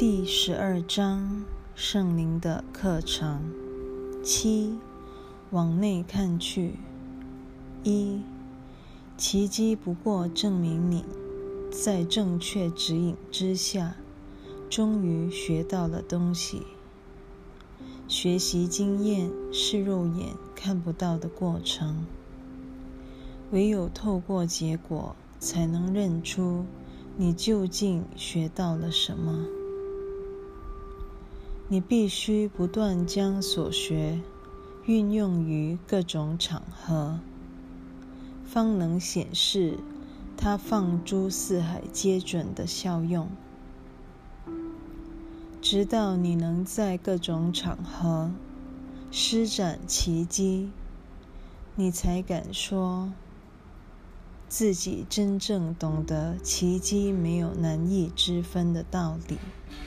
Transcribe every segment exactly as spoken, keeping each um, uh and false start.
第十二章圣灵的课程。七，往内看去。一，奇迹不过证明你在正确指引之下，终于学到了东西。学习经验是肉眼看不到的过程，唯有透过结果，才能认出你究竟学到了什么。你必须不断将所学运用于各种场合，方能显示它放诸四海皆准的效用。直到你能在各种场合施展奇迹，你才敢说自己真正懂得奇迹没有难易之分的道理。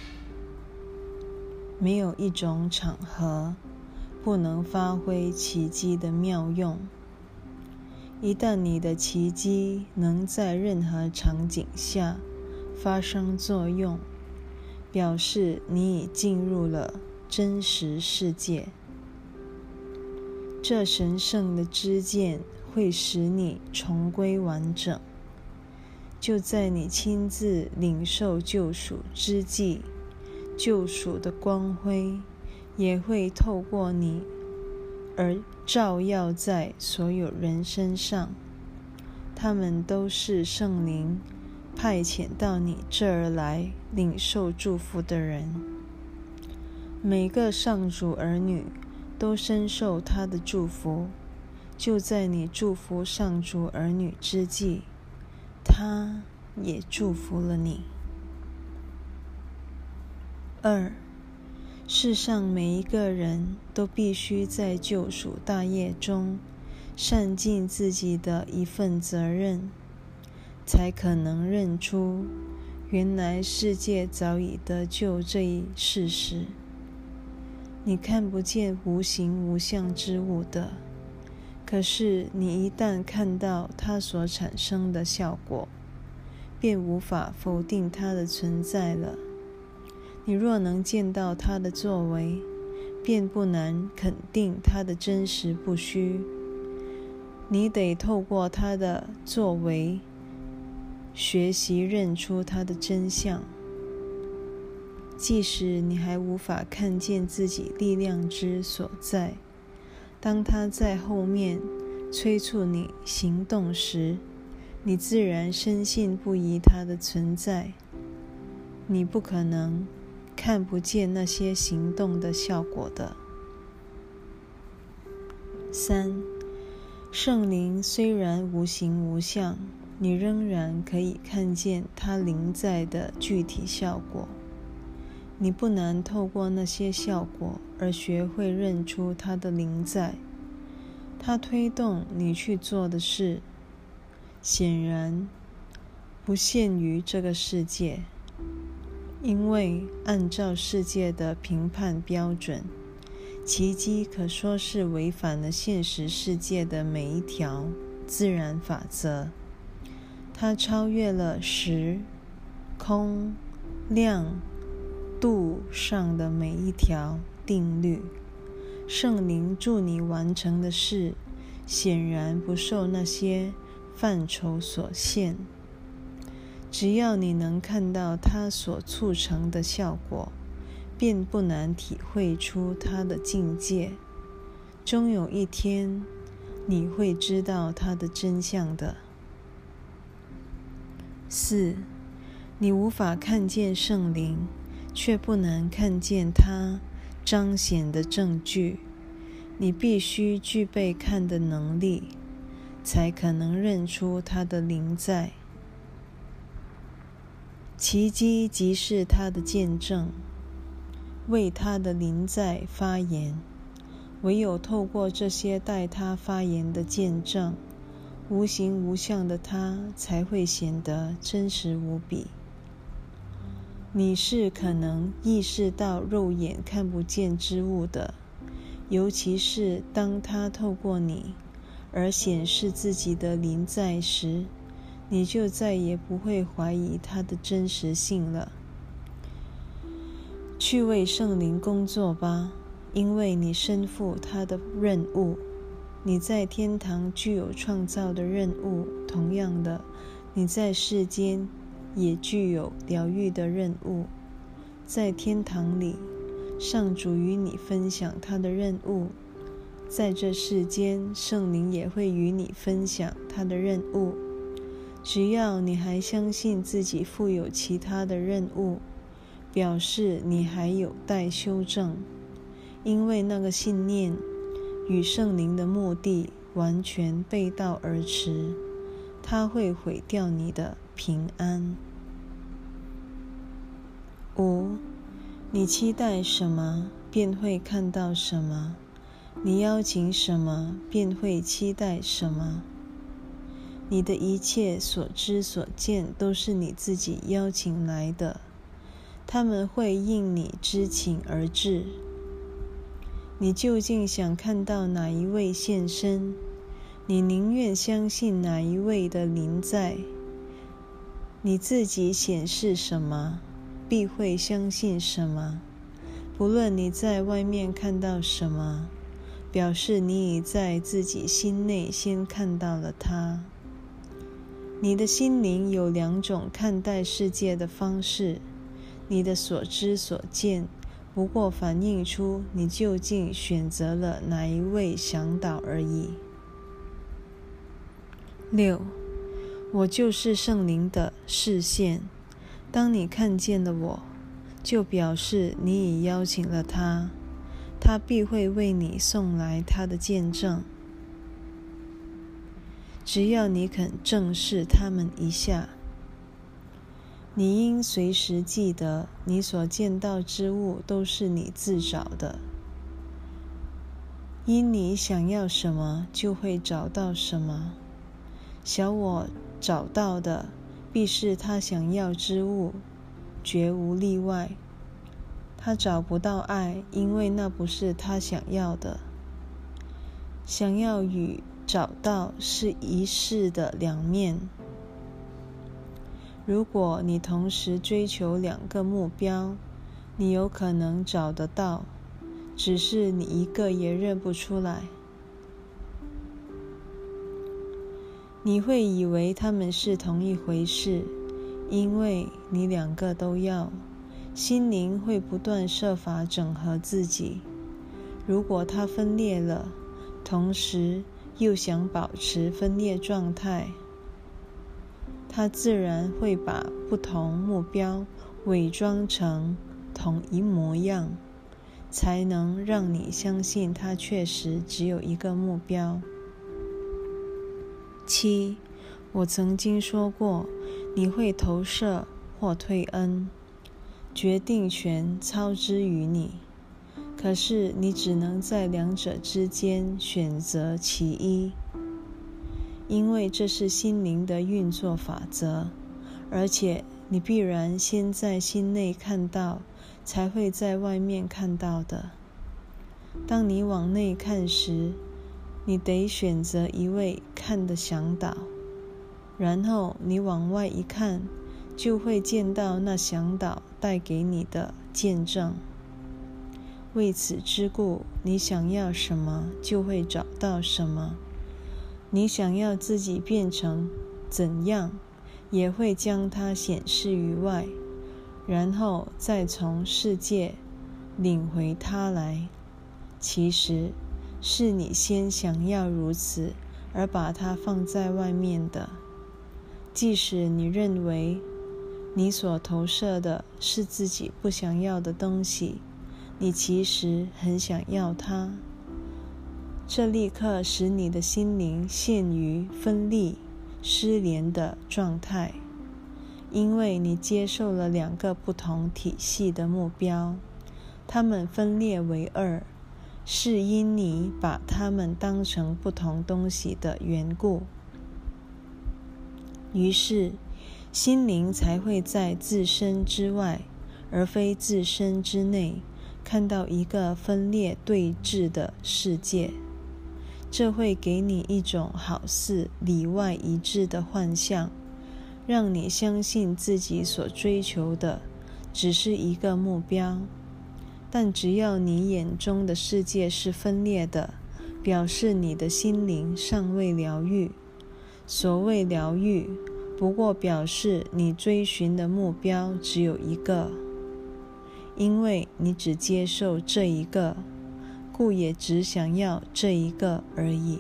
没有一种场合不能发挥奇迹的妙用。一旦你的奇迹能在任何场景下发生作用，表示你已进入了真实世界。这神圣的知见会使你重归完整。就在你亲自领受救赎之际，救赎的光辉也会透过你而照耀在所有人身上。他们都是圣灵派遣到你这儿来领受祝福的人。每个上主儿女都深受他的祝福。就在你祝福上主儿女之际，他也祝福了你。二，世上每一个人都必须在救赎大业中善尽自己的一份责任，才可能认出原来世界早已得救这一事实。你看不见无形无相之物的，可是你一旦看到它所产生的效果，便无法否定它的存在了。你若能见到它的作为，便不难肯定它的真实不虚。你得透过它的作为，学习认出它的真相。即使你还无法看见自己力量之所在，当它在后面催促你行动时，你自然深信不疑它的存在。你不可能看不见那些行动的效果的。三，圣灵虽然无形无相，你仍然可以看见它临在的具体效果。你不难透过那些效果而学会认出它的临在。它推动你去做的事，显然不限于这个世界。因为按照世界的评判标准，奇迹可说是违反了现实世界的每一条自然法则。它超越了时、空、量、度上的每一条定律。圣灵助你完成的事，显然不受那些范畴所限。只要你能看到它所促成的效果，便不难体会出它的境界。终有一天，你会知道它的真相的。四，你无法看见圣灵，却不难看见它彰显的证据。你必须具备看的能力，才可能认出它的临在。奇迹即是他的见证，为他的临在发言。唯有透过这些代他发言的见证，无形无相的他才会显得真实无比。你是可能意识到肉眼看不见之物的，尤其是当他透过你而显示自己的临在时，你就再也不会怀疑它的真实性了。 去为圣灵工作吧，因为你身负他的任务。你在天堂具有创造的任务，同样的，你在世间也具有疗愈的任务。在天堂里，上主与你分享他的任务；在这世间，圣灵也会与你分享他的任务。只要你还相信自己负有其他的任务，表示你还有待修正，因为那个信念与圣灵的目的完全背道而驰，它会毁掉你的平安。五，你期待什么，便会看到什么；你邀请什么，便会期待什么。你的一切所知所见都是你自己邀请来的，他们会应你之情而至。你究竟想看到哪一位现身？你宁愿相信哪一位的临在？你自己显示什么，必会相信什么。不论你在外面看到什么，表示你已在自己心内先看到了它。你的心灵有两种看待世界的方式，你的所知所见不过反映出你究竟选择了哪一位向导而已。六，我就是圣灵的视线。当你看见了我，就表示你已邀请了他，他必会为你送来他的见证。只要你肯正视他们一下，你应随时记得，你所见到之物都是你自找的。因你想要什么，就会找到什么。小我找到的，必是他想要之物，绝无例外。他找不到爱，因为那不是他想要的。想要与找到是一事的两面。如果你同时追求两个目标，你有可能找得到，只是你一个也认不出来。你会以为他们是同一回事，因为你两个都要。心灵会不断设法整合自己。如果它分裂了，同时又想保持分裂状态，它自然会把不同目标伪装成同一模样，才能让你相信它确实只有一个目标。七，我曾经说过，你会投射或退恩，决定权操之于你。可是你只能在两者之间选择其一，因为这是心灵的运作法则，而且你必然先在心内看到，才会在外面看到的。当你往内看时，你得选择一位看的向导，然后你往外一看，就会见到那向导带给你的见证。为此之故，你想要什么，就会找到什么。你想要自己变成怎样，也会将它显示于外，然后再从世界领回它来。其实是你先想要如此，而把它放在外面的。即使你认为你所投射的是自己不想要的东西，你其实很想要它。这立刻使你的心灵陷于分立、失联的状态，因为你接受了两个不同体系的目标，它们分裂为二，是因你把它们当成不同东西的缘故。于是，心灵才会在自身之外，而非自身之内，看到一个分裂对峙的世界。这会给你一种好似里外一致的幻象，让你相信自己所追求的只是一个目标， 但只要你眼中的世界是分裂的，表示你的心灵尚未疗愈。所谓疗愈，不过表示你追寻的目标只有一个，因为你只接受这一个，故也只想要这一个而已。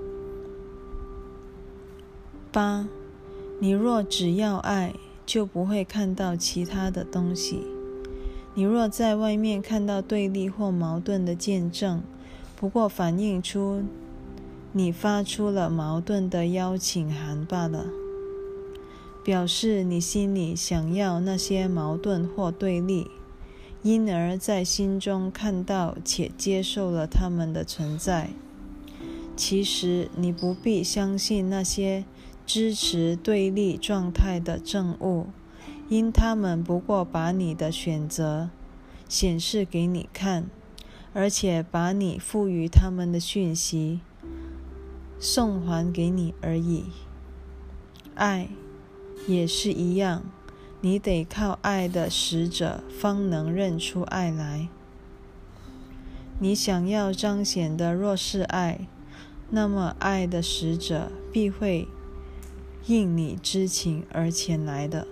八，你若只要爱，就不会看到其他的东西。你若在外面看到对立或矛盾的见证，不过反映出你发出了矛盾的邀请函罢了，表示你心里想要那些矛盾或对立，因而在心中看到且接受了它们的存在。其实你不必相信那些支持对立状态的证物，因他们不过把你的选择显示给你看，而且把你赋予他们的讯息送还给你而已。爱也是一样，你得靠爱的使者方能认出爱来。你想要彰显的若是爱，那么爱的使者必会应你之情而前来的。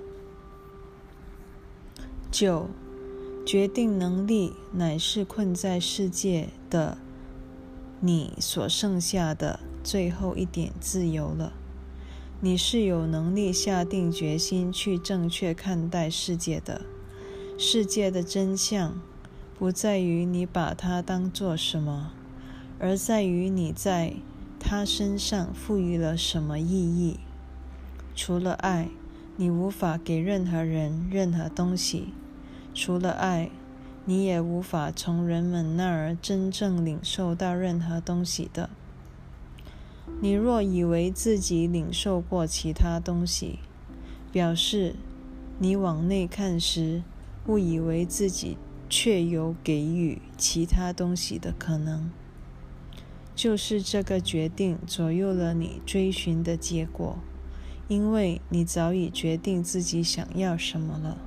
九，决定能力乃是困在世界的你所剩下的最后一点自由了。你是有能力下定决心去正确看待世界的。世界的真相不在于你把它当作什么，而在于你在它身上赋予了什么意义。除了爱，你无法给任何人任何东西。除了爱，你也无法从人们那儿真正领受到任何东西的。你若以为自己领受过其他东西，表示你往内看时，误以为自己确有给予其他东西的可能。就是这个决定左右了你追寻的结果，因为你早已决定自己想要什么了。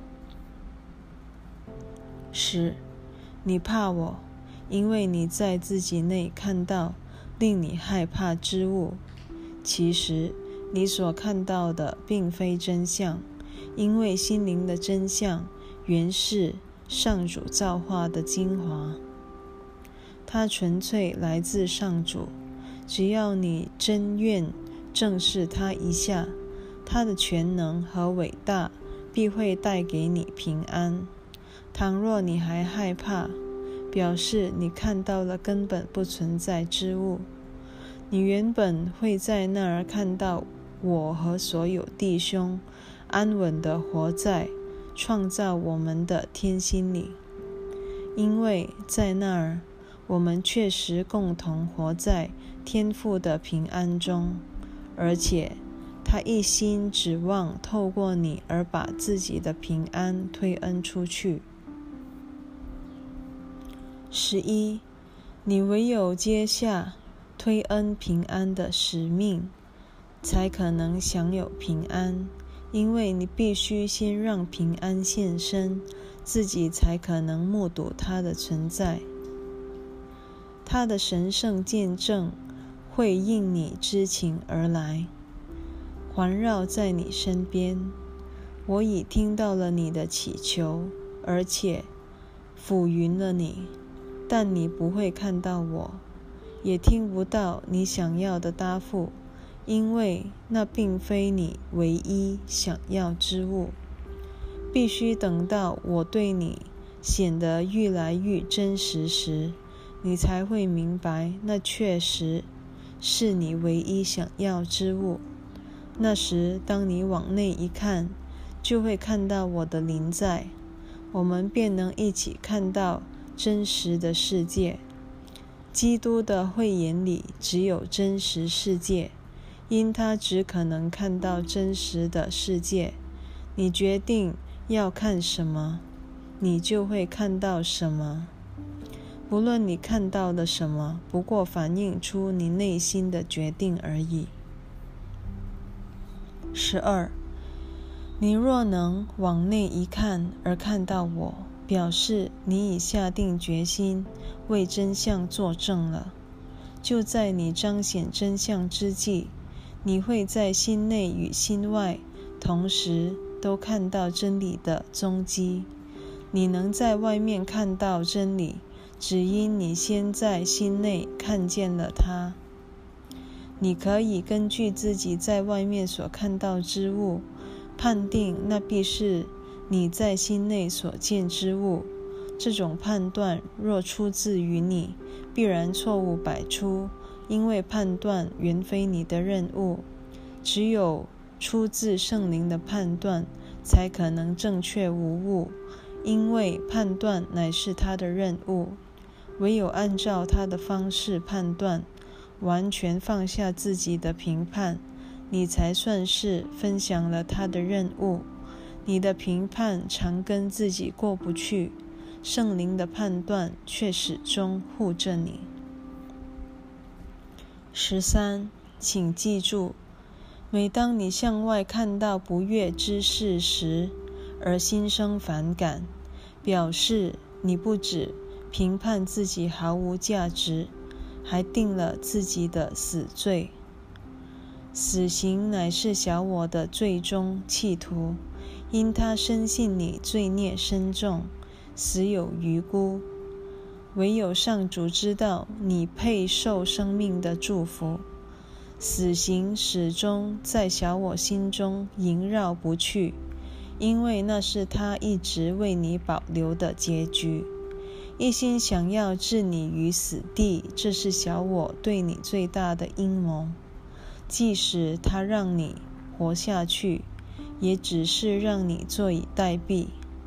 十，你怕我，因为你在自己内看到令你害怕之物。其实你所看到的并非真相，因为心灵的真相原是上主造化的精华，它纯粹来自上主。只要你真愿正视它一下，它的全能和伟大必会带给你平安。倘若你还害怕，表示你看到了根本不存在之物。你原本会在那儿看到我和所有弟兄安稳地活在创造我们的天心里，因为在那儿我们确实共同活在天父的平安中，而且他一心指望透过你而把自己的平安推恩出去。十一，你唯有接下推恩平安的使命，才可能享有平安，因为你必须先让平安现身，自己才可能目睹它的存在。它的神圣见证会应你之情而来，环绕在你身边。我已听到了你的祈求，而且抚云了你，但你不会看到我，也听不到你想要的答复，因为那并非你唯一想要之物。必须等到我对你显得愈来愈真实时，你才会明白那确实是你唯一想要之物。那时当你往内一看，就会看到我的临在，我们便能一起看到真实的世界。基督的慧眼里只有真实世界，因他只可能看到真实的世界。你决定要看什么，你就会看到什么。无论你看到的什么，不过反映出你内心的决定而已。十二，你若能往内一看而看到我， 表示你已下定决心为真相作证了。就在你彰显真相之际，你会在心内与心外同时都看到真理的踪迹。你能在外面看到真理，只因你先在心内看见了它。你可以根据自己在外面所看到之物，判定那必是你在心内所见之物。这种判断若出自于你，必然错误百出，因为判断原非你的任务。只有出自圣灵的判断，才可能正确无误，因为判断乃是他的任务。唯有按照他的方式判断，完全放下自己的评判，你才算是分享了他的任务。你的评判常跟自己过不去，圣灵的判断却始终护着你。十三，请记住，每当你向外看到不悦之事时，而心生反感，表示你不止评判自己毫无价值，还定了自己的死罪。死刑乃是小我的最终企图，因他深信你罪孽深重，死有余辜。唯有上主知道你配受生命的祝福。死刑始终在小我心中萦绕不去，因为那是他一直为你保留的结局。一心想要置你于死地，这是小我对你最大的阴谋。即使他让你活下去，也只是让你坐以待毙。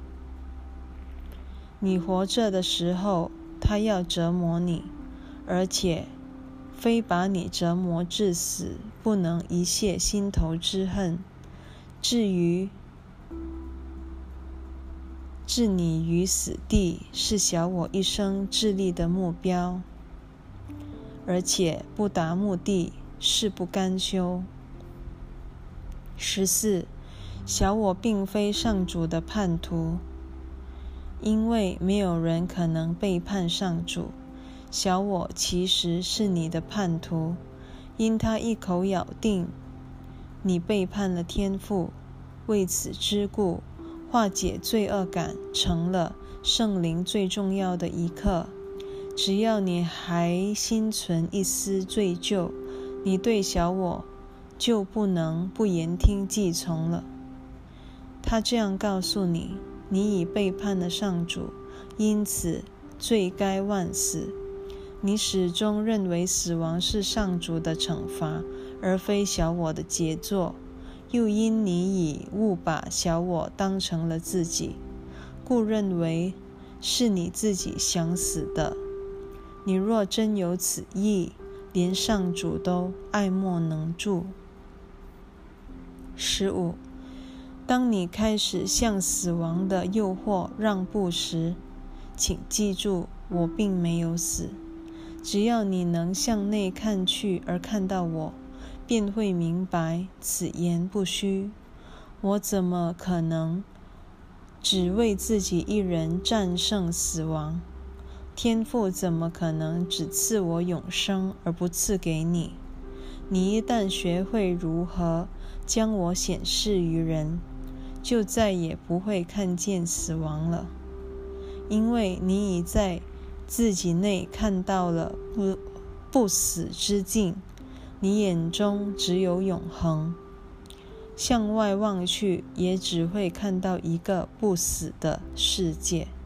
你活着的时候，他要折磨你，而且非把你折磨致死，不能一泄心头之恨。至于置你于死地，是小我一生致力的目标，而且不达目的誓不甘休。十四，小我并非上主的叛徒，因为没有人可能背叛上主。小我其实是你的叛徒，因他一口咬定你背叛了天父。为此之故，化解罪恶感成了圣灵最重要的一课。只要你还心存一丝罪疚，你对小我就不能不言听计从了。他这样告诉你，你已背叛了上主，因此罪该万死。你始终认为死亡是上主的惩罚，而非小我的杰作，又因你已误把小我当成了自己，故认为是你自己想死的。你若真有此意，连上主都爱莫能助。十五，当你开始向死亡的诱惑让步时，请记住，我并没有死。只要你能向内看去而看到我，便会明白此言不虚。我怎么可能只为自己一人战胜死亡？天父怎么可能只赐我永生而不赐给你？你一旦学会如何将我显示于人，就再也不会看见死亡了，因为你已在自己内看到了不不死之境，你眼中只有永恒。向外望去，也只会看到一个不死的世界。